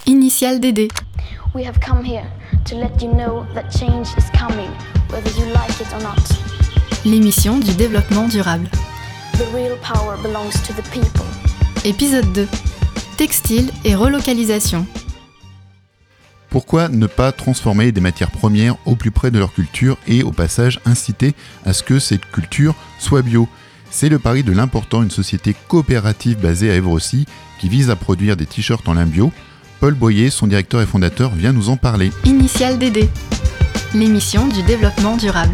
Initial DD. We have come here to let you know that change is coming, whether you like it or not. L'émission du développement durable. The real power belongs to the people. Épisode 2. Textile et relocalisation. Pourquoi ne pas transformer des matières premières au plus près de leur culture et au passage inciter à ce que cette culture soit bio ? C'est le pari de l'Important, une société coopérative basée à Évrecy qui vise à produire des t-shirts en lin bio. Paul Boyer, son directeur et fondateur, vient nous en parler. Initial DD. L'émission du développement durable.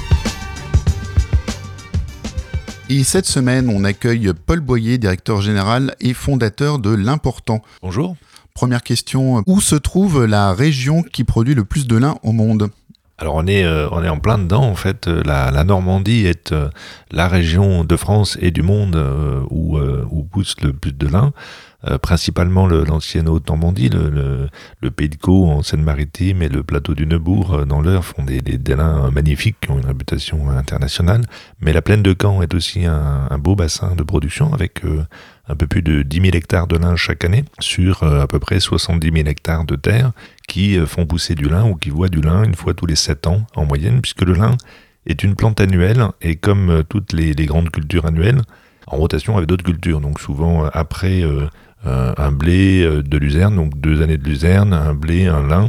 Et cette semaine, on accueille Paul Boyer, directeur général et fondateur de l'Important. Bonjour. Première question, où se trouve la région qui produit le plus de lin au monde ? Alors on est en plein dedans en fait. La Normandie est la région de France et du monde où pousse le plus de lin. Principalement l'ancienne Haute-Normandie, le Pays de Caux en Seine-Maritime et le plateau du Neubourg dans l'Eure font des lins magnifiques qui ont une réputation internationale. Mais la plaine de Caen est aussi un beau bassin de production avec un peu plus de 10 000 hectares de lin chaque année sur à peu près 70 000 hectares de terre qui font pousser du lin ou qui voient du lin une fois tous les 7 ans en moyenne, puisque le lin est une plante annuelle et comme toutes les grandes cultures annuelles, en rotation avec d'autres cultures. Donc souvent après un blé de luzerne, donc 2 années de luzerne, un blé, un lin,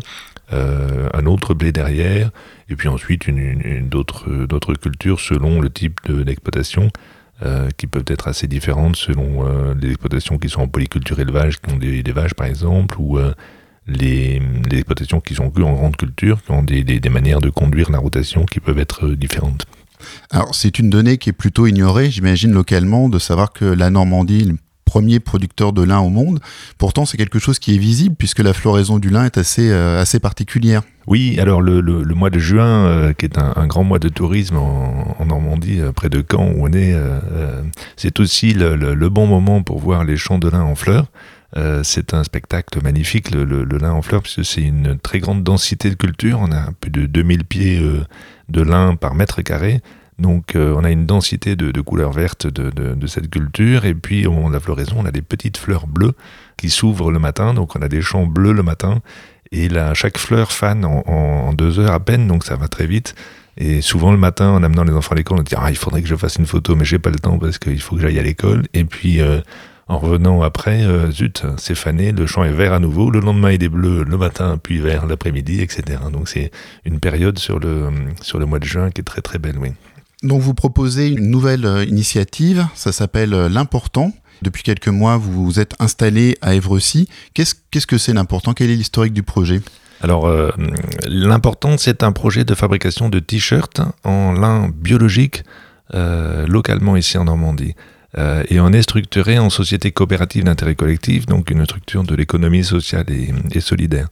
un autre blé derrière, et puis ensuite d'autres cultures selon le type d'exploitation. Qui peuvent être assez différentes selon les exploitations qui sont en polyculture élevage, qui ont des vaches par exemple, ou les exploitations qui sont que en grande culture, qui ont des manières de conduire la rotation qui peuvent être différentes. Alors c'est une donnée qui est plutôt ignorée, j'imagine localement, de savoir que la Normandie est le premier producteur de lin au monde. Pourtant c'est quelque chose qui est visible puisque la floraison du lin est assez particulière. Oui, alors le mois de juin, qui est un grand mois de tourisme en Normandie, près de Caen où on est, c'est aussi le bon moment pour voir les champs de lin en fleurs. C'est un spectacle magnifique, le lin en fleurs, puisque c'est une très grande densité de culture. On a plus de 2000 pieds de lin par mètre carré. Donc on a une densité de couleurs vertes de cette culture. Et puis au moment de la floraison, on a des petites fleurs bleues qui s'ouvrent le matin. Donc on a des champs bleus le matin. Et là, chaque fleur fane en 2 heures à peine, donc ça va très vite. Et souvent le matin, en amenant les enfants à l'école, on dit « Ah, il faudrait que je fasse une photo, mais j'ai pas le temps parce qu'il faut que j'aille à l'école. » Et puis en revenant après, zut, c'est fané, le champ est vert à nouveau. Le lendemain, il est bleu le matin, puis vert l'après-midi, etc. Donc c'est une période sur le mois de juin qui est très très belle, oui. Donc vous proposez une nouvelle initiative, ça s'appelle l'Important. Depuis quelques mois, vous vous êtes installé à Évrecy. Qu'est-ce que c'est l'Important ? Quel est l'historique du projet ? Alors, l'Important, c'est un projet de fabrication de t-shirts en lin biologique localement ici en Normandie. Et on est structuré en société coopérative d'intérêt collectif, donc une structure de l'économie sociale et solidaire.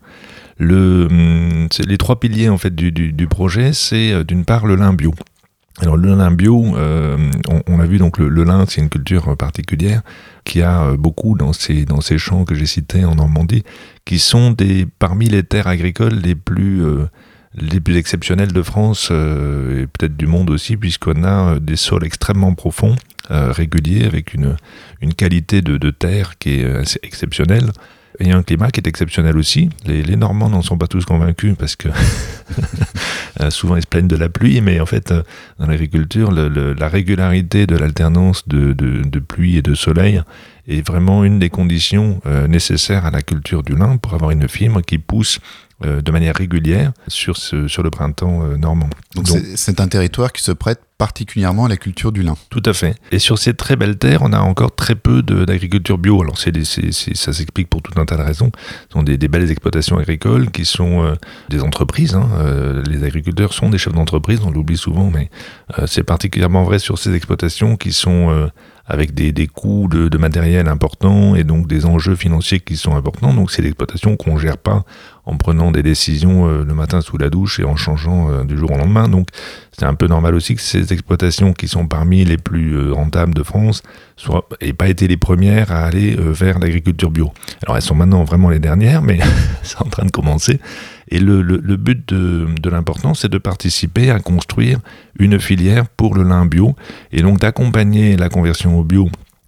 C'est les 3 piliers en fait du projet, c'est d'une part le lin bio. Alors le lin bio, on a vu donc le lin, c'est une culture particulière qui a beaucoup dans ces champs que j'ai cités en Normandie, qui sont parmi les terres agricoles les plus exceptionnelles de France et peut-être du monde aussi, puisqu'on a des sols extrêmement profonds, réguliers, avec une qualité de terre qui est assez exceptionnelle. Et un climat qui est exceptionnel aussi. Les Normands n'en sont pas tous convaincus parce que souvent ils se plaignent de la pluie, mais en fait dans l'agriculture, la régularité de l'alternance de pluie et de soleil est vraiment une des conditions nécessaires à la culture du lin pour avoir une fibre qui pousse de manière régulière sur le printemps normand. Donc c'est un territoire qui se prête particulièrement à la culture du lin. Tout à fait. Et sur ces très belles terres, on a encore très peu d'agriculture bio. Alors ça s'explique pour tout un tas de raisons. Ce sont des belles exploitations agricoles qui sont des entreprises. Les agriculteurs sont des chefs d'entreprise, on l'oublie souvent, mais c'est particulièrement vrai sur ces exploitations qui sont avec des coûts de matériel importants et donc des enjeux financiers qui sont importants. Donc c'est l'exploitation qu'on ne gère pas en prenant des décisions le matin sous la douche et en changeant du jour au lendemain. Donc c'est un peu normal aussi que ces exploitations qui sont parmi les plus rentables de France n'aient pas été les premières à aller vers l'agriculture bio. Alors elles sont maintenant vraiment les dernières, mais c'est en train de commencer. Et le but de l'Important, c'est de participer à construire une filière pour le lin bio et donc d'accompagner la conversion au bio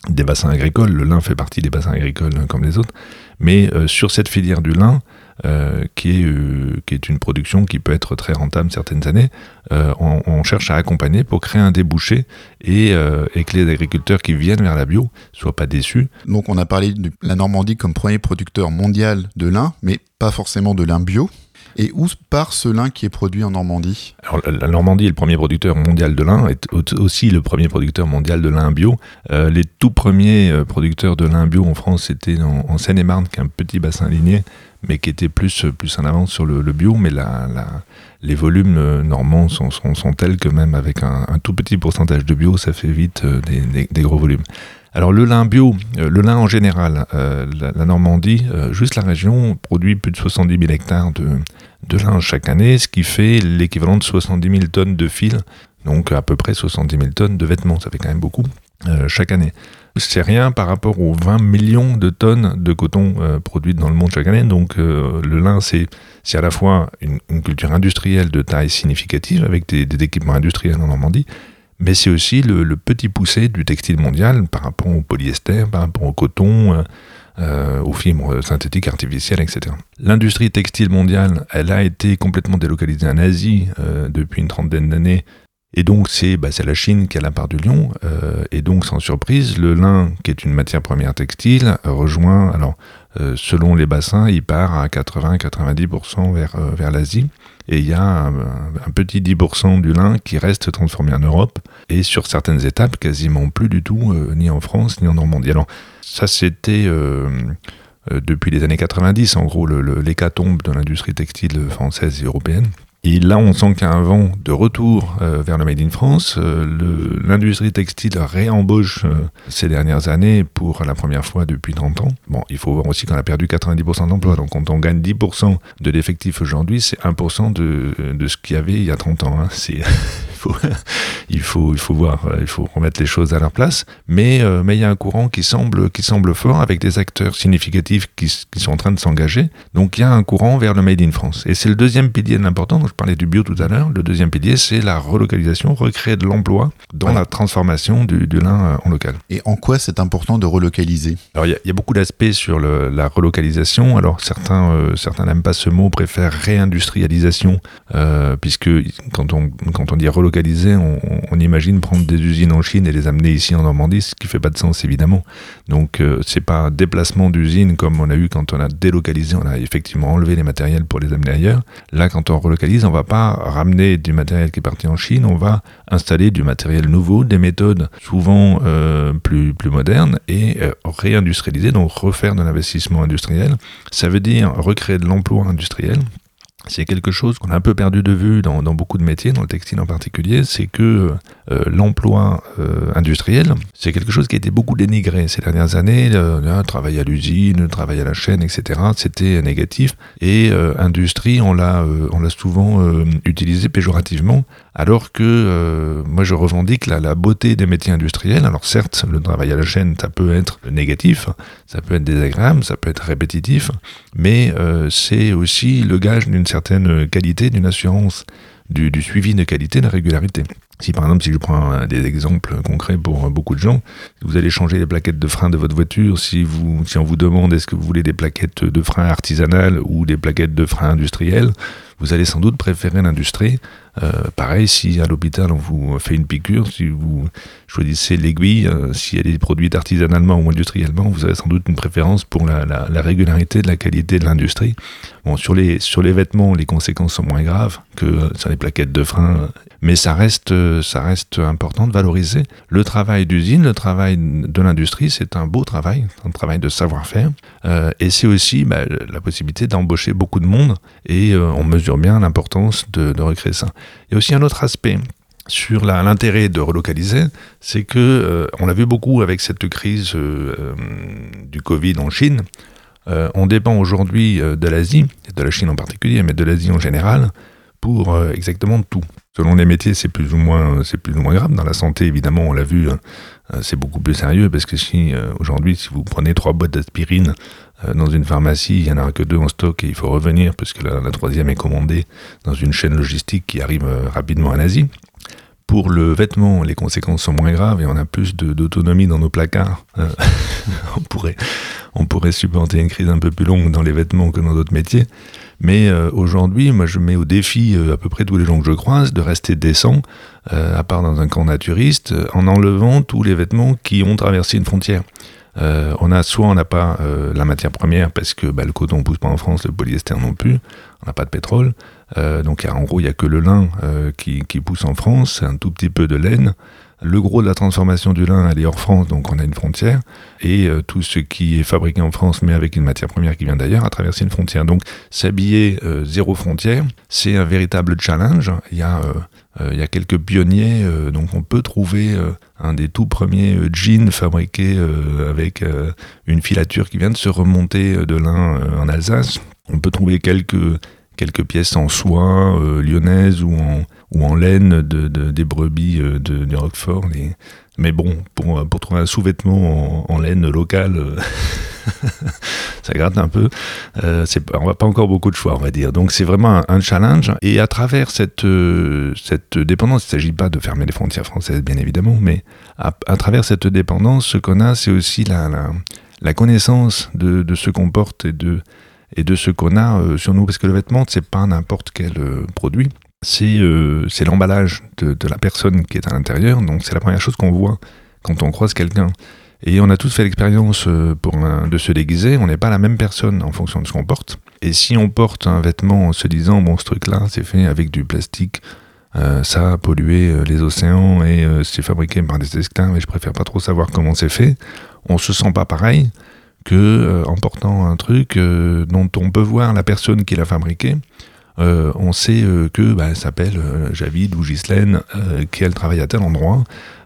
des bassins agricoles. Le lin fait partie des bassins agricoles comme les autres. Mais sur cette filière du lin, qui est une production qui peut être très rentable certaines années, on cherche à accompagner pour créer un débouché et que les agriculteurs qui viennent vers la bio ne soient pas déçus. Donc on a parlé de la Normandie comme premier producteur mondial de lin, mais pas forcément de lin bio. Et où part ce lin qui est produit en Normandie ? Alors, la Normandie est le premier producteur mondial de lin, est aussi le premier producteur mondial de lin bio. Les tout premiers producteurs de lin bio en France, c'était en Seine-et-Marne, qui est un petit bassin ligné, mais qui était plus en avance sur le bio. Mais les volumes normands sont tels que même avec un tout petit pourcentage de bio, ça fait vite des gros volumes. Alors le lin bio, le lin en général, la Normandie, juste la région, produit plus de 70 000 hectares de lin chaque année, ce qui fait l'équivalent de 70 000 tonnes de fil, donc à peu près 70 000 tonnes de vêtements, ça fait quand même beaucoup chaque année. C'est rien par rapport aux 20 millions de tonnes de coton produites dans le monde chaque année, donc le lin c'est à la fois une culture industrielle de taille significative avec des équipements industriels en Normandie, mais c'est aussi le petit poussé du textile mondial par rapport au polyester, par rapport au coton, aux fibres synthétiques artificielles, etc. L'industrie textile mondiale, elle a été complètement délocalisée en Asie depuis une trentaine d'années, et donc c'est la Chine qui a la part du lion, et donc sans surprise, le lin, qui est une matière première textile, rejoint, selon les bassins, il part à 80-90% vers l'Asie, et il y a un petit 10% du lin qui reste transformé en Europe, et sur certaines étapes, quasiment plus du tout, ni en France, ni en Normandie. Alors, ça c'était depuis les années 90, en gros, l'hécatombe de l'industrie textile française et européenne. Et là, on sent qu'il y a un vent de retour vers le Made in France. L'industrie textile réembauche ces dernières années pour la première fois depuis 30 ans. Bon, il faut voir aussi qu'on a perdu 90% d'emplois. Donc, quand on gagne 10% de l'effectif aujourd'hui, c'est 1% de ce qu'il y avait il y a 30 ans. Hein. Il faut voir, il faut remettre les choses à leur place. Mais il y a un courant qui semble fort avec des acteurs significatifs qui sont en train de s'engager. Donc, il y a un courant vers le Made in France. Et c'est le deuxième pilier de l'important. Je parlais du bio tout à l'heure. Le deuxième pilier, c'est la relocalisation, recréer de l'emploi dans la transformation du lin en local. Et en quoi c'est important de relocaliser ? Alors, il y a beaucoup d'aspects sur la relocalisation. Alors, certains n'aiment pas ce mot, préfèrent réindustrialisation, puisque quand on dit relocaliser, on imagine prendre des usines en Chine et les amener ici en Normandie, ce qui ne fait pas de sens, évidemment. Donc, c'est pas un déplacement d'usines comme on a eu quand on a délocalisé, on a effectivement enlevé les matériels pour les amener ailleurs. Là, quand on relocalise, on ne va pas ramener du matériel qui est parti en Chine, on va installer du matériel nouveau, des méthodes souvent plus modernes et réindustrialiser, donc refaire de l'investissement industriel. Ça veut dire recréer de l'emploi industriel. C'est quelque chose qu'on a un peu perdu de vue dans beaucoup de métiers, dans le textile en particulier, c'est que l'emploi industriel, c'est quelque chose qui a été beaucoup dénigré ces dernières années. Travail à l'usine, le travail à la chaîne, etc., c'était négatif. Et industrie, on l'a souvent utilisé péjorativement, alors que moi je revendique la beauté des métiers industriels. Alors certes, le travail à la chaîne, ça peut être négatif, ça peut être désagréable, ça peut être répétitif, mais c'est aussi le gage d'une certaine qualité, d'une assurance, du suivi de qualité, de régularité. Si par exemple, si je prends des exemples concrets pour beaucoup de gens, vous allez changer les plaquettes de frein de votre voiture, si on vous demande est-ce que vous voulez des plaquettes de frein artisanales ou des plaquettes de frein industrielles, vous allez sans doute préférer l'industrie. Pareil, si à l'hôpital on vous fait une piqûre, si vous choisissez l'aiguille, si elle est produite artisanalement ou industriellement, vous avez sans doute une préférence pour la régularité de la qualité de l'industrie. Bon, sur les vêtements, les conséquences sont moins graves que sur les plaquettes de frein, mais ça reste important de valoriser le travail d'usine, le travail de l'industrie. C'est un beau travail, un travail de savoir-faire, et c'est aussi la possibilité d'embaucher beaucoup de monde, et on mesure bien l'importance de recréer ça. Il y a aussi un autre aspect sur l'intérêt de relocaliser, c'est que on l'a vu beaucoup avec cette crise du Covid en Chine. On dépend aujourd'hui de l'Asie, de la Chine en particulier, mais de l'Asie en général, pour exactement tout. Selon les métiers, c'est plus ou moins grave. Dans la santé, évidemment, on l'a vu, c'est beaucoup plus sérieux, parce que aujourd'hui, si vous prenez 3 boîtes d'aspirine dans une pharmacie, il n'y en aura que 2 en stock et il faut revenir, parce que la 3e est commandée dans une chaîne logistique qui arrive rapidement en Asie. Pour le vêtement, les conséquences sont moins graves et on a plus d'autonomie dans nos placards. On pourrait supporter une crise un peu plus longue dans les vêtements que dans d'autres métiers. Mais aujourd'hui, moi je mets au défi à peu près tous les gens que je croise de rester décent, à part dans un camp naturiste, en enlevant tous les vêtements qui ont traversé une frontière. On n'a pas la matière première parce que le coton ne pousse pas en France, le polyester non plus, on n'a pas de pétrole. Donc en gros, il n'y a que le lin qui pousse en France, un tout petit peu de laine. Le gros de la transformation du lin, elle est hors France, donc on a une frontière. Et tout ce qui est fabriqué en France, mais avec une matière première qui vient d'ailleurs, a traversé une frontière. Donc s'habiller zéro frontière, c'est un véritable challenge. Il y a quelques pionniers, donc on peut trouver un des tout premiers jeans fabriqués avec une filature qui vient de se remonter de lin en Alsace. On peut trouver quelques pièces en soie lyonnaise ou en laine des brebis du Roquefort. Mais bon, pour trouver un sous-vêtement en laine locale, ça gratte un peu. On n'a pas encore beaucoup de choix, on va dire. Donc c'est vraiment un challenge. Et à travers cette dépendance, il ne s'agit pas de fermer les frontières françaises, bien évidemment, mais à travers cette dépendance, ce qu'on a, c'est aussi la connaissance de ce qu'on porte et de ce qu'on a sur nous. Parce que le vêtement, c'est pas n'importe quel produit. C'est l'emballage de la personne qui est à l'intérieur. Donc c'est la première chose qu'on voit quand on croise quelqu'un. Et on a tous fait l'expérience de se déguiser. On n'est pas la même personne en fonction de ce qu'on porte. Et si on porte un vêtement en se disant « bon, ce truc-là, c'est fait avec du plastique, ça a pollué les océans et c'est fabriqué par des esclaves et je préfère pas trop savoir comment c'est fait », on se sent pas pareil que en portant un truc dont on peut voir la personne qui l'a fabriqué. On sait elle s'appelle Javid ou Ghislaine, qu'elle travaille à tel endroit,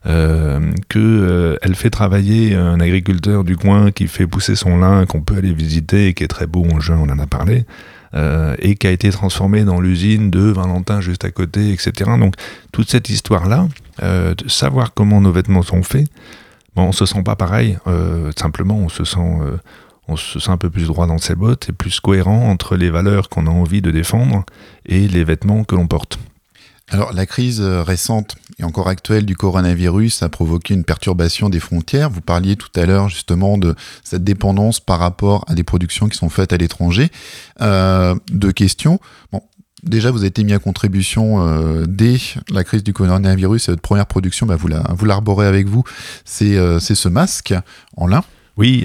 qu'elle fait travailler un agriculteur du coin qui fait pousser son lin, qu'on peut aller visiter et qui est très beau en juin, on en a parlé, et qui a été transformé dans l'usine de Valentin juste à côté, etc. Donc toute cette histoire-là, de savoir comment nos vêtements sont faits, on ne se sent pas pareil, simplement on se sent un peu plus droit dans ses bottes et plus cohérent entre les valeurs qu'on a envie de défendre et les vêtements que l'on porte. Alors la crise récente et encore actuelle du coronavirus a provoqué une perturbation des frontières. Vous parliez tout à l'heure justement de cette dépendance par rapport à des productions qui sont faites à l'étranger. Deux questions. Bon, déjà, vous avez été mis à contribution dès la crise du coronavirus et votre première production, vous l'arborez avec vous, c'est ce masque en lin. Oui,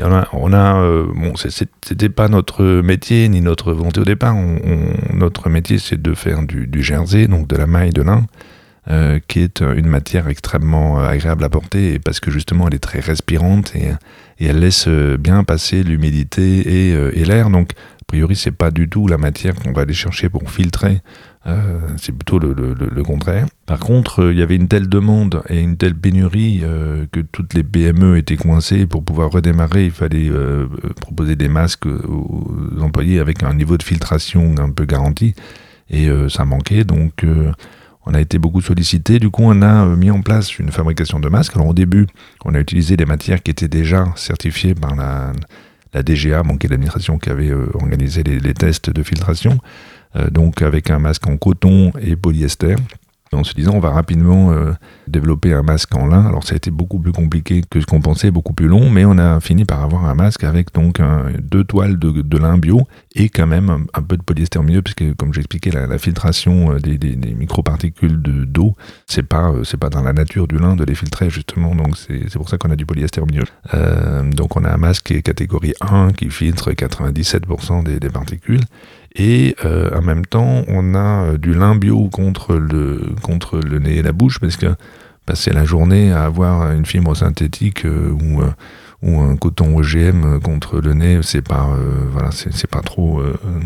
c'était pas notre métier ni notre volonté au départ. Notre métier, c'est de faire du jersey, donc de la maille de lin, qui est une matière extrêmement agréable à porter, parce que justement, elle est très respirante et elle laisse bien passer l'humidité et l'air. Donc, a priori, c'est pas du tout la matière qu'on va aller chercher pour filtrer. C'est plutôt le contraire. Par contre, il y avait une telle demande et une telle pénurie que toutes les PME étaient coincées. Pour pouvoir redémarrer, il fallait proposer des masques aux employés avec un niveau de filtration un peu garanti. Et ça manquait, donc on a été beaucoup sollicité. Du coup, on a mis en place une fabrication de masques. Alors au début, on a utilisé des matières qui étaient déjà certifiées par la DGA, qui est l'administration qui avait organisé les tests de filtration. Donc avec un masque en coton et polyester, en se disant on va rapidement développer un masque en lin. Alors ça a été beaucoup plus compliqué que ce qu'on pensait, beaucoup plus long, mais on a fini par avoir un masque avec donc 2 toiles de lin bio et quand même un peu de polyester au milieu, puisque comme j'expliquais, la filtration des microparticules d'eau, c'est pas dans la nature du lin de les filtrer justement, donc c'est pour ça qu'on a du polyester au milieu. Donc on a un masque qui est catégorie 1 qui filtre 97% des particules. Et en même temps, on a du lin bio contre le nez et la bouche, parce que passer la journée à avoir une fibre synthétique ou un coton OGM contre le nez, c'est pas trop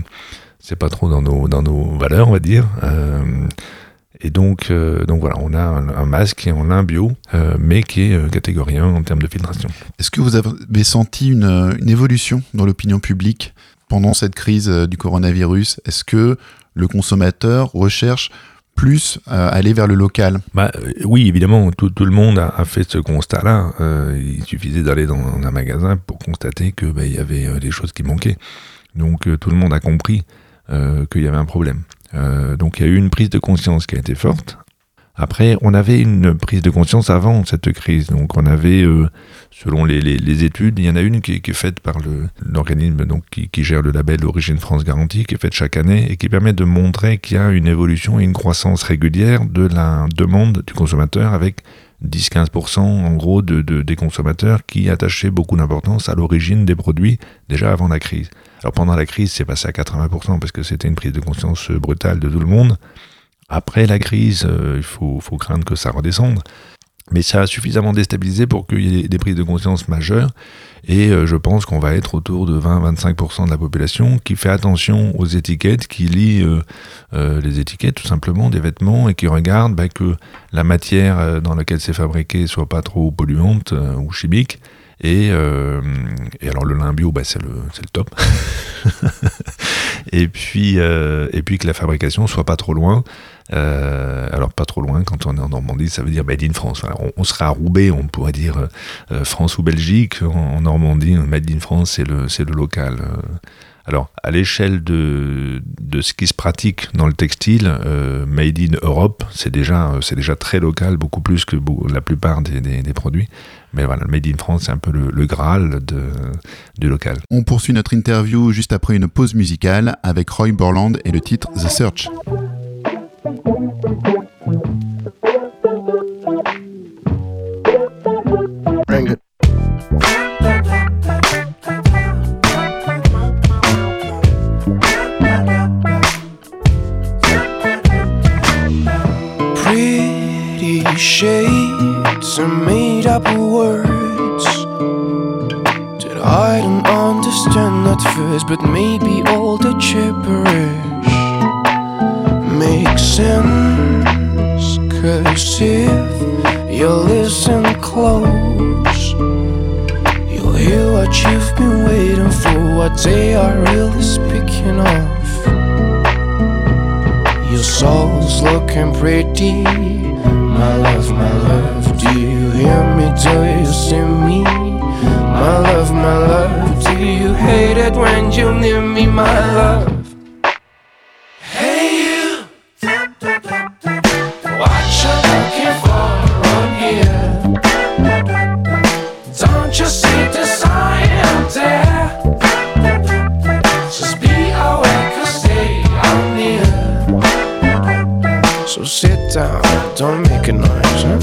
dans nos valeurs, on va dire. Et donc voilà, on a un masque qui est en lin bio, mais qui est catégorie 1 en termes de filtration. Est-ce que vous avez senti une évolution dans l'opinion publique pendant cette crise du coronavirus? Est-ce que le consommateur recherche plus à aller vers le local? Oui, évidemment, tout le monde a fait ce constat-là. Il suffisait d'aller dans un magasin pour constater que il y avait des choses qui manquaient. Donc tout le monde a compris qu'il y avait un problème. Donc il y a eu une prise de conscience qui a été forte. Après, on avait une prise de conscience avant cette crise. Donc, on avait, selon les études, il y en a une qui est faite par l'organisme donc, qui gère le label Origine France Garantie, qui est faite chaque année et qui permet de montrer qu'il y a une évolution et une croissance régulière de la demande du consommateur avec 10-15% en gros des consommateurs qui attachaient beaucoup d'importance à l'origine des produits déjà avant la crise. Alors pendant la crise, c'est passé à 80% parce que c'était une prise de conscience brutale de tout le monde. Après la crise, il faut craindre que ça redescende. Mais ça a suffisamment déstabilisé pour qu'il y ait des prises de conscience majeures. Et je pense qu'on va être autour de 20-25% de la population qui fait attention aux étiquettes, qui lit les étiquettes tout simplement des vêtements et qui regarde que la matière dans laquelle c'est fabriqué soit pas trop polluante ou chimique. Et alors le lin bio, c'est le top. et puis que la fabrication soit pas trop loin. Alors pas trop loin, quand on est en Normandie, ça veut dire Made in France. Voilà, on sera à Roubaix, on pourrait dire France ou Belgique. En Normandie, Made in France, c'est le local. Alors, à l'échelle de ce qui se pratique dans le textile, Made in Europe, c'est déjà très local, beaucoup plus que la plupart des produits. Mais voilà, le Made in France, c'est un peu le Graal du local. On poursuit notre interview juste après une pause musicale avec Roy Borland et le titre The Search. Bring it. Pretty shades are made up of words that I don't understand at first, but maybe all the gibberish makes sense. 'Cause if you listen close, you'll hear what you've been waiting for, what they are really speaking of. Your soul's looking pretty, my love, do you hear me, do you see me? My love, do you hate it when you're near me, my love? Hey you, what you looking for around here? Don't you see the sign out there? Just be aware, 'cause they are near. So sit down, don't make a noise, huh?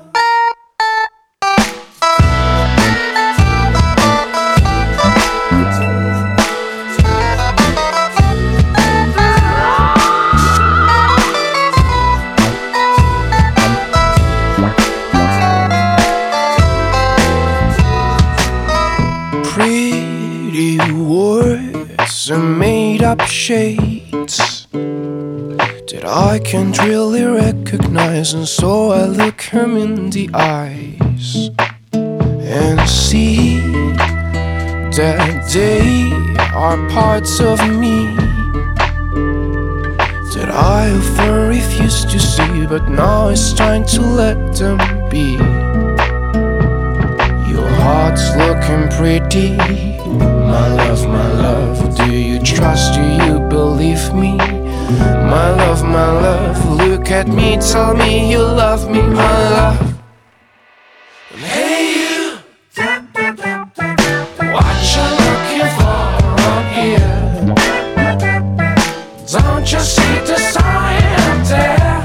Pretty words are made up shades that I can't really recognize, and so I look him in the eyes and see that they are parts of me that I often refused to see, but now it's time to let them be. Your heart's looking pretty, my love, do you trust, do you believe me? My love, look at me, tell me you love me, my love. Hey you, what you looking for around here? Don't you see the sign out there?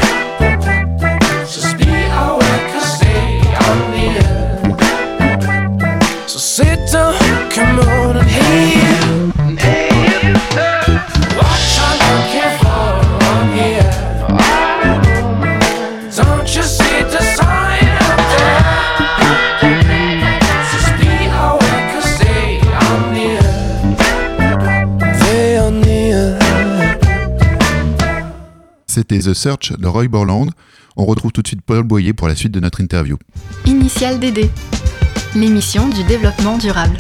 Just be aware, 'cause they are near. So sit down, come on, and hey you, what you looking for around here? Don't you see the sign out there? Just be aware, 'cause they are near. They are near. C'était The Search de Roy Borland. On retrouve tout de suite Paul Boyer pour la suite de notre interview. Initial DD, l'émission du développement durable.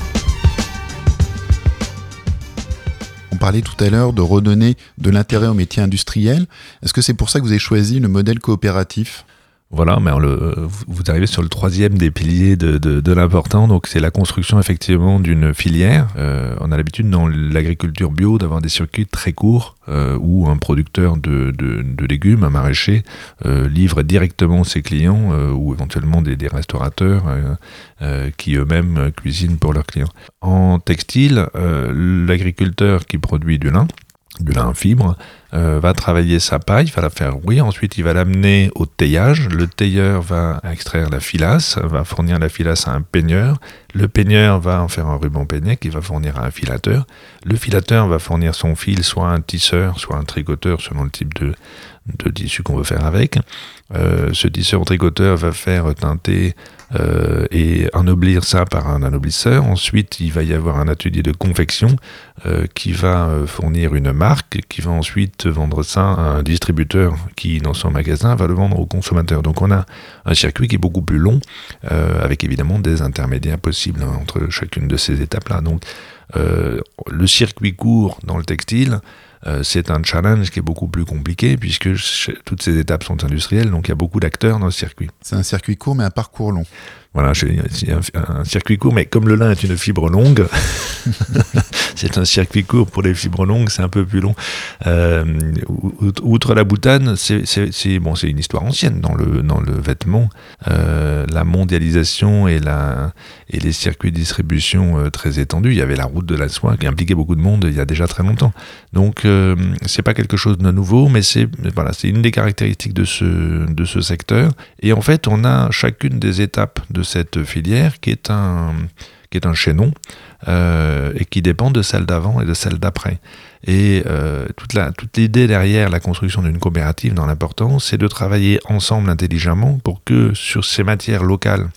On parlait tout à l'heure de redonner de l'intérêt au métier industriel. Est-ce que c'est pour ça que vous avez choisi le modèle coopératif ? Voilà, mais vous arrivez sur le troisième des piliers de l'important, donc c'est la construction effectivement d'une filière. On a l'habitude dans l'agriculture bio d'avoir des circuits très courts où un producteur de légumes, un maraîcher, livre directement ses clients ou éventuellement des restaurateurs qui eux-mêmes cuisinent pour leurs clients. En textile, l'agriculteur qui produit du lin fibre, va travailler sa paille, va la faire rouiller, ensuite il va l'amener au teillage, le tailleur va extraire la filasse, va fournir la filasse à un peigneur, le peigneur va en faire un ruban peigné qu'il va fournir à un filateur, le filateur va fournir son fil soit à un tisseur, soit à un tricoteur selon le type de tissu qu'on veut faire avec. Ce tisseur-tricoteur va faire teinter et ennoblir ça par un anoblisseur. Ensuite, il va y avoir un atelier de confection qui va fournir une marque, qui va ensuite vendre ça à un distributeur qui, dans son magasin, va le vendre au consommateur. Donc on a un circuit qui est beaucoup plus long, avec évidemment des intermédiaires possibles entre chacune de ces étapes-là. Donc le circuit court dans le textile, c'est un challenge qui est beaucoup plus compliqué puisque toutes ces étapes sont industrielles, donc il y a beaucoup d'acteurs dans le circuit. C'est un circuit court mais un parcours long. Voilà, c'est un circuit court, mais comme le lin est une fibre longue, c'est un circuit court pour les fibres longues, c'est un peu plus long. Outre la boutane, c'est une histoire ancienne dans le vêtement. La mondialisation et les circuits de distribution très étendus. Il y avait la route de la soie qui impliquait beaucoup de monde il y a déjà très longtemps. Donc c'est pas quelque chose de nouveau, mais c'est une des caractéristiques de ce secteur. Et en fait, on a chacune des étapes de cette filière qui est un chaînon et qui dépend de celle d'avant et de celle d'après. Et toute l'idée derrière la construction d'une coopérative dans l'important, c'est de travailler ensemble intelligemment pour que sur ces matières locales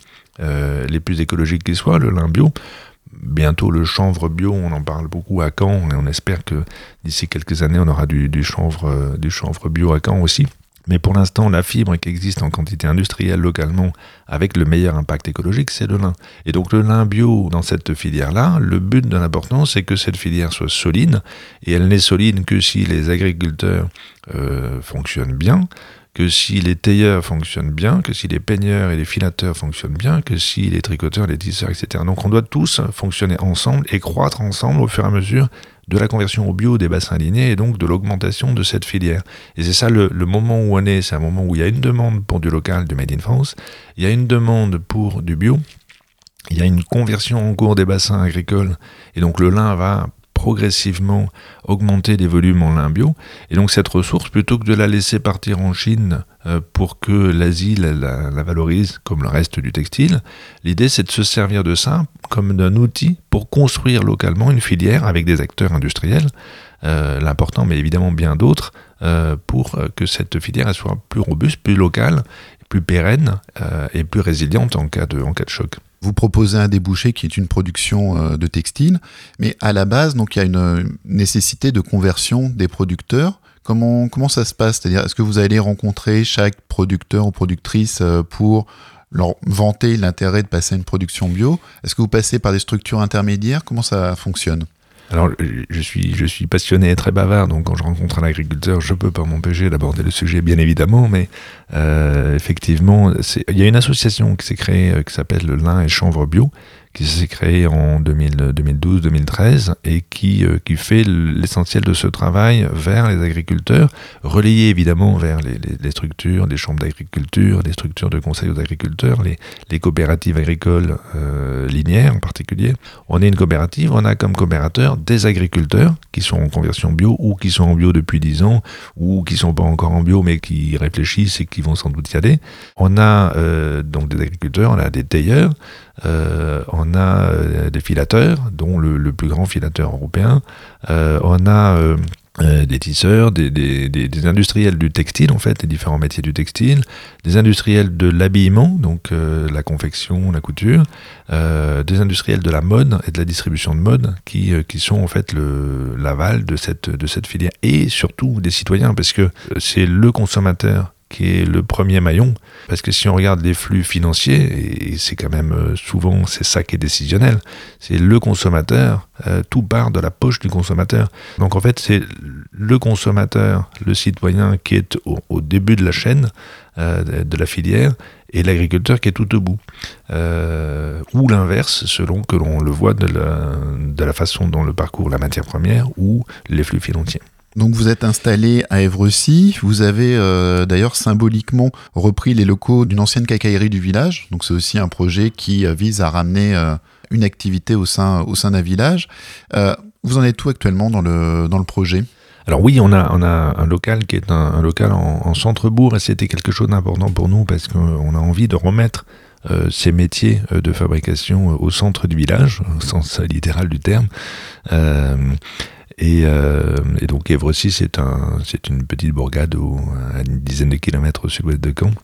les plus écologiques qui soient, le lin bio, bientôt le chanvre bio, on en parle beaucoup à Caen et on espère que d'ici quelques années on aura du chanvre bio à Caen aussi. Mais pour l'instant, la fibre qui existe en quantité industrielle localement avec le meilleur impact écologique, c'est le lin. Et donc le lin bio dans cette filière-là, le but de l'important, c'est que cette filière soit solide. Et elle n'est solide que si les agriculteurs fonctionnent bien, que si les tailleurs fonctionnent bien, que si les peigneurs et les filateurs fonctionnent bien, que si les tricoteurs, les tisseurs, etc. Donc on doit tous fonctionner ensemble et croître ensemble au fur et à mesure de la conversion au bio des bassins alignés et donc de l'augmentation de cette filière. Et c'est ça le moment où on est, c'est un moment où il y a une demande pour du local, du Made in France, il y a une demande pour du bio, il y a une conversion en cours des bassins agricoles, et donc le lin va progressivement augmenter les volumes en lin bio. Et donc cette ressource, plutôt que de la laisser partir en Chine pour que l'Asie la valorise comme le reste du textile, l'idée c'est de se servir de ça comme d'un outil pour construire localement une filière avec des acteurs industriels, l'important mais évidemment bien d'autres, pour que cette filière elle soit plus robuste, plus locale, plus pérenne et plus résiliente en cas de choc. Vous proposez un débouché qui est une production de textile, mais à la base, donc il y a une nécessité de conversion des producteurs. Comment ça se passe ? C'est-à-dire, est-ce que vous allez rencontrer chaque producteur ou productrice pour leur vanter l'intérêt de passer à une production bio ? Est-ce que vous passez par des structures intermédiaires ? Comment ça fonctionne ? Alors, je suis passionné et très bavard, donc quand je rencontre un agriculteur, je peux pas m'empêcher d'aborder le sujet, bien évidemment, mais effectivement, il y a une association qui s'est créée, qui s'appelle le Lin et Chanvre Bio, qui s'est créée en 2012-2013 et qui fait l'essentiel de ce travail vers les agriculteurs, relayé évidemment vers les structures, les chambres d'agriculture, les structures de conseil aux agriculteurs, les coopératives agricoles linéaires en particulier. On est une coopérative, on a comme coopérateurs des agriculteurs qui sont en conversion bio ou qui sont en bio depuis 10 ans ou qui sont pas encore en bio mais qui réfléchissent et qui vont sans doute y aller. On a donc des agriculteurs, on a des tailleurs, on a des filateurs, dont le plus grand filateur européen, on a des tisseurs, des industriels du textile, en fait, les différents métiers du textile, des industriels de l'habillement, donc la confection, la couture, des industriels de la mode et de la distribution de mode, qui sont en fait l'aval de cette filière, et surtout des citoyens, parce que c'est le consommateur qui est le premier maillon, parce que si on regarde les flux financiers, et c'est quand même souvent c'est ça qui est décisionnel, c'est le consommateur, tout part de la poche du consommateur. Donc en fait c'est le consommateur, le citoyen qui est au début de la chaîne, de la filière, et l'agriculteur qui est tout au bout. Ou l'inverse, selon que l'on le voit de la façon dont le parcourt la matière première ou les flux financiers. Donc vous êtes installé à Évrecy, vous avez d'ailleurs symboliquement repris les locaux d'une ancienne quincaillerie du village, donc c'est aussi un projet qui vise à ramener une activité au sein d'un village. Vous en êtes où actuellement dans le projet ? Alors oui, on a un local qui est un local en centre-bourg, et c'était quelque chose d'important pour nous parce qu'on a envie de remettre ces métiers de fabrication au centre du village, au sens littéral du terme. Et donc Évrecy, c'est une petite bourgade à une dizaine de kilomètres au sud-ouest de Caen.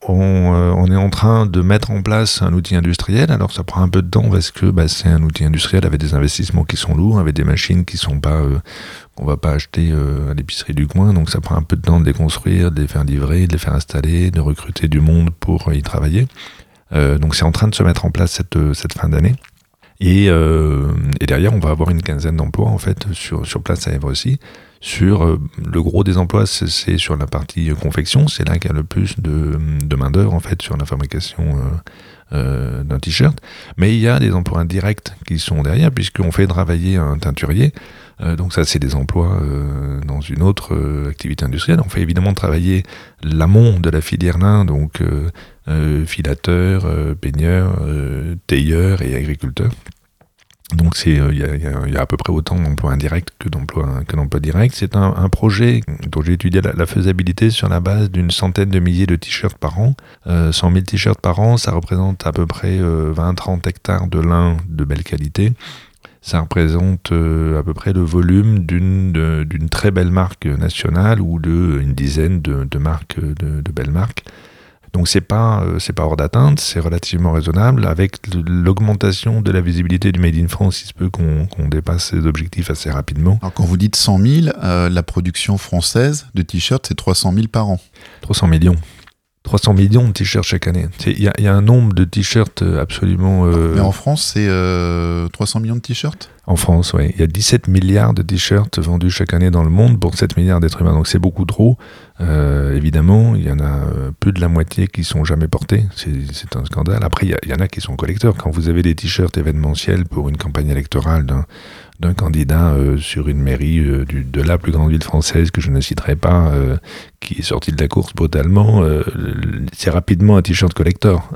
On est en train de mettre en place un outil industriel. Alors ça prend un peu de temps parce que c'est un outil industriel avec des investissements qui sont lourds, avec des machines qui sont pas qu'on va pas acheter à l'épicerie du coin. Donc ça prend un peu de temps de les construire, de les faire livrer, de les faire installer, de recruter du monde pour y travailler. Donc c'est en train de se mettre en place cette fin d'année. Et derrière, on va avoir une quinzaine d'emplois en fait sur place à Évrecy. Le gros des emplois, c'est sur la partie confection. C'est là qu'il y a le plus de main-d'œuvre en fait sur la fabrication d'un t-shirt. Mais il y a des emplois indirects qui sont derrière, puisqu'on fait travailler un teinturier. Donc ça, c'est des emplois dans une autre activité industrielle. On fait évidemment travailler l'amont de la filière lin, donc filateur, peigneur, tailleur et agriculteur. Donc il y a à peu près autant d'emplois indirects que d'emplois directs. C'est un projet dont j'ai étudié la faisabilité sur la base d'une centaine de milliers de t-shirts par an. 100 000 t-shirts par an, ça représente à peu près 20-30 hectares de lin de belle qualité. Ça représente à peu près le volume d'une très belle marque nationale ou d'une dizaine de marques, de belles marques. Donc c'est pas hors d'atteinte, c'est relativement raisonnable. Avec l'augmentation de la visibilité du Made in France, il se peut qu'on dépasse ces objectifs assez rapidement. Alors quand vous dites 100 000, la production française de t-shirts, c'est 300 000 par an. 300 millions. 300 millions de t-shirts chaque année. Il y a un nombre de t-shirts absolument... Mais en France, c'est 300 millions de t-shirts ? En France, oui. Il y a 17 milliards de t-shirts vendus chaque année dans le monde pour 7 milliards d'êtres humains. Donc c'est beaucoup trop. Évidemment, il y en a plus de la moitié qui sont jamais portés. C'est un scandale. Après, il y en a qui sont collecteurs. Quand vous avez des t-shirts événementiels pour une campagne électorale d'un candidat sur une mairie de la plus grande ville française que je ne citerai pas, qui est sorti de la course brutalement, c'est rapidement un t-shirt collector.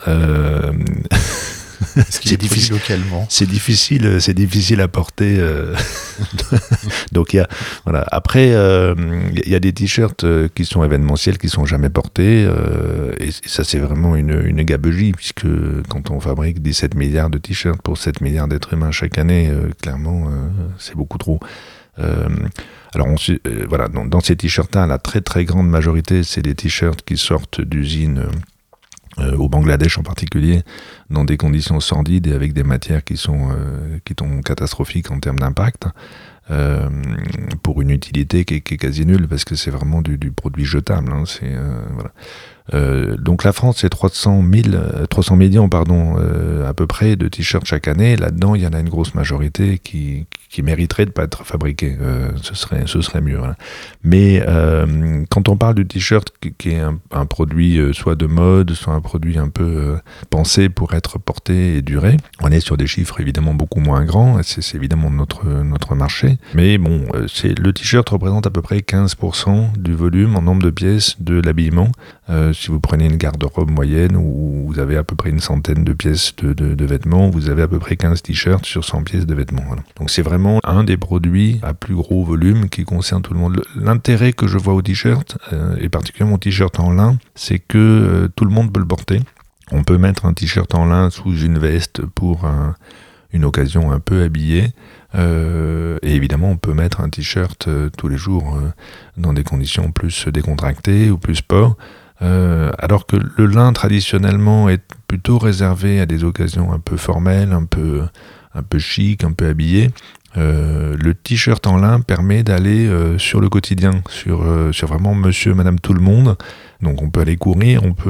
C'est difficile localement. C'est difficile à porter. Donc voilà. Après, il y a des t-shirts qui sont événementiels, qui sont jamais portés, et ça c'est vraiment une gabegie, puisque quand on fabrique 17 milliards de t-shirts pour 7 milliards d'êtres humains chaque année, clairement, c'est beaucoup trop. Alors voilà, dans ces t-shirts-là, la très très grande majorité, c'est des t-shirts qui sortent d'usines. Au Bangladesh en particulier, dans des conditions sordides et avec des matières qui sont catastrophiques en termes d'impact, pour une utilité qui est quasi nulle, parce que c'est vraiment du produit jetable. Hein, voilà. Donc la France, c'est 300 millions à peu près de t-shirts chaque année. Là-dedans, il y en a une grosse majorité qui mériterait de ne pas être fabriquée. Ce serait mieux. Voilà. Mais quand on parle du t-shirt qui est un produit soit de mode, soit un produit un peu pensé pour être porté et durer, on est sur des chiffres évidemment beaucoup moins grands. C'est évidemment notre marché. Mais bon, le t-shirt représente à peu près 15% du volume en nombre de pièces de l'habillement. Si vous prenez une garde-robe moyenne où vous avez à peu près une centaine de pièces de vêtements, vous avez à peu près 15 t-shirts sur 100 pièces de vêtements. Voilà. Donc c'est vraiment un des produits à plus gros volume qui concerne tout le monde. L'intérêt que je vois au t-shirt, et particulièrement au t-shirt en lin, c'est que tout le monde peut le porter. On peut mettre un t-shirt en lin sous une veste pour une occasion un peu habillée. Et évidemment, on peut mettre un t-shirt tous les jours dans des conditions plus décontractées ou plus sport. Alors que le lin traditionnellement est plutôt réservé à des occasions un peu formelles, un peu chic, un peu habillé. Le t-shirt en lin permet d'aller sur le quotidien, sur vraiment monsieur, madame, tout le monde. Donc on peut aller courir, on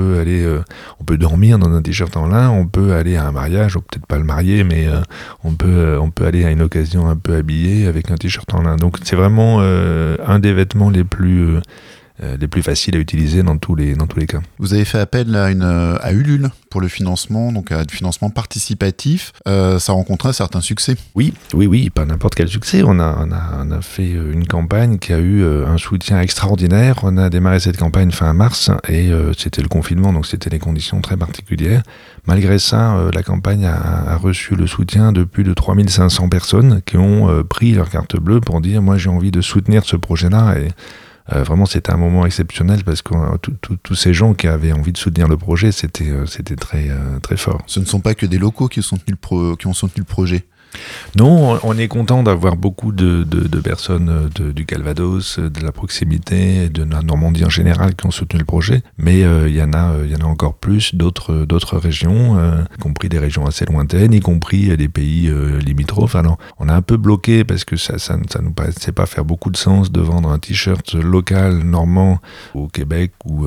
peut dormir dans un t-shirt en lin, on peut aller à un mariage, ou peut-être pas le marier, mais on peut aller à une occasion un peu habillé avec un t-shirt en lin. Donc c'est vraiment un des vêtements les plus faciles à utiliser dans tous les cas. Vous avez fait appel à Ulule pour le financement, donc à du financement participatif. Ça rencontrait un certain succès. Oui, pas n'importe quel succès. On a fait une campagne qui a eu un soutien extraordinaire. On a démarré cette campagne fin mars et c'était le confinement, donc c'était des conditions très particulières. Malgré ça, la campagne a reçu le soutien de plus de 3500 personnes qui ont pris leur carte bleue pour dire « moi j'ai envie de soutenir ce projet-là » et vraiment, c'était un moment exceptionnel parce que tous ces gens qui avaient envie de soutenir le projet, c'était très, très fort. Ce ne sont pas que des locaux qui ont soutenu le projet. Non, on est content d'avoir beaucoup de personnes du Calvados, de la proximité, de la Normandie en général qui ont soutenu le projet, mais il y en a encore plus d'autres régions, y compris des régions assez lointaines, y compris des pays limitrophes. Alors, on a un peu bloqué parce que ça nous paraissait pas faire beaucoup de sens de vendre un t-shirt local normand au Québec ou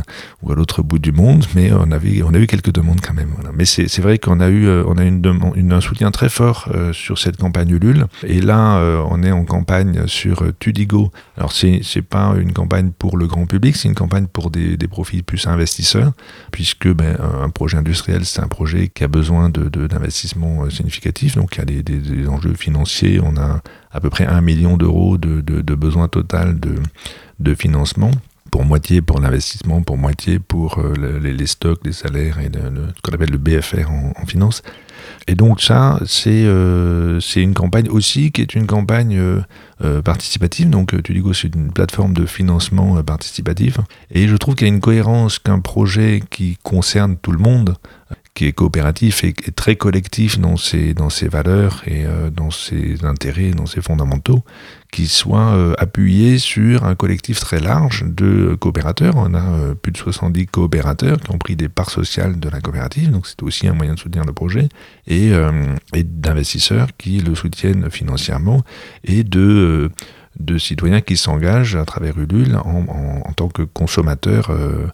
à l'autre bout du monde, mais on a eu quelques demandes quand même. Voilà. Mais c'est vrai qu'on a eu un soutien très fort sur cette campagne Ulule. Et là, on est en campagne sur Tudigo. Alors, c'est pas une campagne pour le grand public, c'est une campagne pour des profils plus investisseurs, puisque un projet industriel, c'est un projet qui a besoin d'investissements significatifs. Donc, il y a des enjeux financiers. On a à peu près 1 million d'euros de besoin total de financement. Pour moitié pour l'investissement, pour moitié pour les stocks, les salaires et ce qu'on appelle le BFR en finance. Et donc ça, c'est une campagne aussi qui est une campagne participative. Donc Tudigo, c'est une plateforme de financement participatif. Et je trouve qu'il y a une cohérence qu'un projet qui concerne tout le monde, qui est coopératif et très collectif dans ses valeurs et dans ses intérêts, dans ses fondamentaux, qui soit appuyé sur un collectif très large de coopérateurs. On a plus de 70 coopérateurs qui ont pris des parts sociales de la coopérative, donc c'est aussi un moyen de soutenir le projet, et d'investisseurs qui le soutiennent financièrement, et de citoyens qui s'engagent à travers Ulule en tant que consommateurs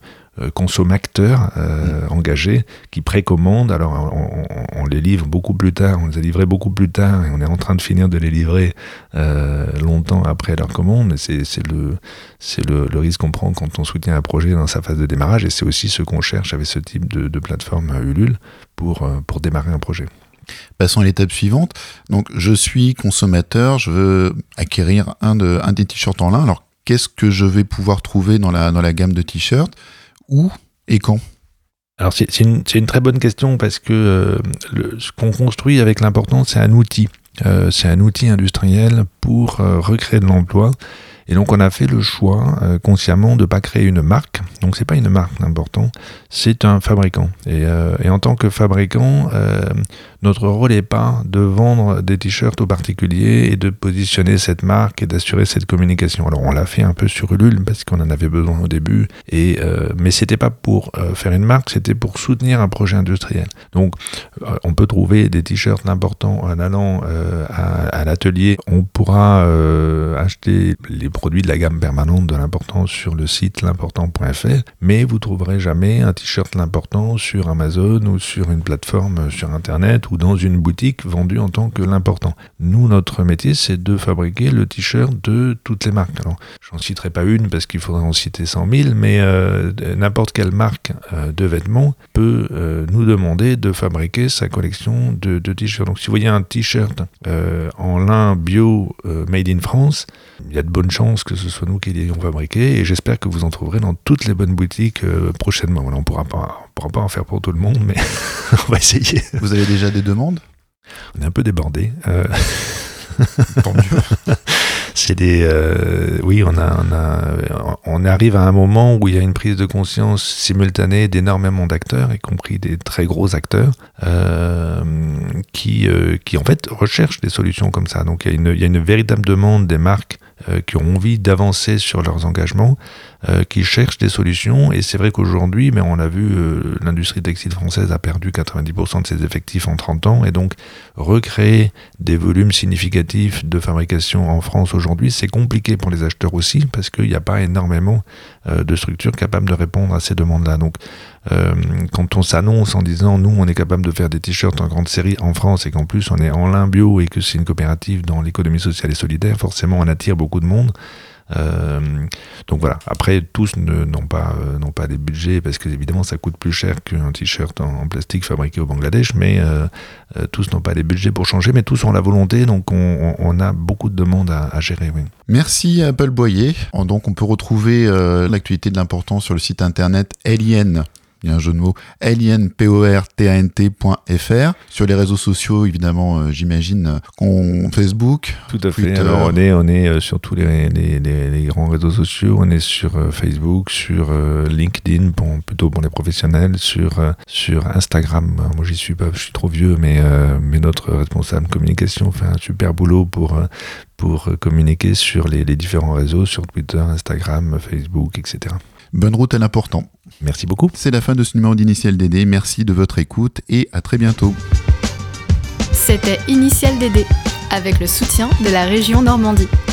engagés qui précommandent. Alors on les livre beaucoup plus tard, on les a livrés beaucoup plus tard et on est en train de finir de les livrer longtemps après leur commande, mais c'est le risque qu'on prend quand on soutient un projet dans sa phase de démarrage, et c'est aussi ce qu'on cherche avec ce type de plateforme Ulule pour démarrer un projet. Passons à l'étape suivante. Donc je suis consommateur, je veux acquérir un des t-shirts en lin. Alors qu'est-ce que je vais pouvoir trouver dans la gamme de t-shirts? Où et quand? Alors c'est une très bonne question parce que ce qu'on construit avec l'important, c'est un outil. C'est un outil industriel pour recréer de l'emploi. Et donc on a fait le choix consciemment de ne pas créer une marque. Donc c'est pas une marque l'important, c'est un fabricant. Et en tant que fabricant, notre rôle n'est pas de vendre des t-shirts aux particuliers et de positionner cette marque et d'assurer cette communication. Alors on l'a fait un peu sur Ulule parce qu'on en avait besoin au début, mais c'était pas pour faire une marque, c'était pour soutenir un projet industriel. Donc on peut trouver des t-shirts l'important en allant à l'atelier. On pourra acheter les produits de la gamme permanente de l'important sur le site l'important.fr, mais vous trouverez jamais un t-shirt l'important sur Amazon ou sur une plateforme sur Internet ou dans une boutique vendue en tant que l'important. Nous, notre métier, c'est de fabriquer le t-shirt de toutes les marques. Alors, j'en citerai pas une parce qu'il faudrait en citer 100 000, mais n'importe quelle marque de vêtements peut nous demander de fabriquer sa collection de t-shirts. Donc, si vous voyez un t-shirt en lin bio made in France, il y a de bonnes chances que ce soit nous qui l'ayons fabriqué, et j'espère que vous en trouverez dans toutes les bonnes boutiques prochainement. Voilà, on ne pourra pas en faire pour tout le monde, mais on va essayer. Vous avez déjà des demandes? On est un peu débordés. Tant mieux. C'est oui, on arrive à un moment où il y a une prise de conscience simultanée d'énormément d'acteurs, y compris des très gros acteurs, qui en fait recherchent des solutions comme ça. Donc il y a une véritable demande des marques qui ont envie d'avancer sur leurs engagements, qui cherchent des solutions. Et c'est vrai qu'aujourd'hui, mais on l'a vu, l'industrie textile française a perdu 90% de ses effectifs en 30 ans. Et donc, recréer des volumes significatifs de fabrication en France aujourd'hui, c'est compliqué pour les acheteurs aussi, parce qu'il n'y a pas énormément de structures capables de répondre à ces demandes-là. Donc, quand on s'annonce en disant nous on est capable de faire des t-shirts en grande série en France et qu'en plus on est en lin bio et que c'est une coopérative dans l'économie sociale et solidaire, forcément on attire beaucoup de monde. Donc voilà, après tous n'ont pas des budgets parce que évidemment ça coûte plus cher qu'un t-shirt en plastique fabriqué au Bangladesh, mais tous n'ont pas les budgets pour changer, mais tous ont la volonté, donc on a beaucoup de demandes à gérer. Oui. Merci à Paul Boyer. Donc on peut retrouver l'actualité de l'importance sur le site internet Alien. Il y a un jeu de mots, alienportant.fr. Sur les réseaux sociaux, évidemment, j'imagine, Facebook, tout à fait. Twitter. Alors on est sur tous les grands réseaux sociaux. On est sur Facebook, sur LinkedIn, plutôt pour les professionnels, sur Instagram. Moi, j'y suis pas, je suis trop vieux, mais notre responsable communication fait un super boulot pour communiquer sur les différents réseaux, sur Twitter, Instagram, Facebook, etc. Bonne route à l'important. Merci beaucoup. C'est la fin de ce numéro d'Initial DD. Merci de votre écoute et à très bientôt. C'était Initial DD, avec le soutien de la région Normandie.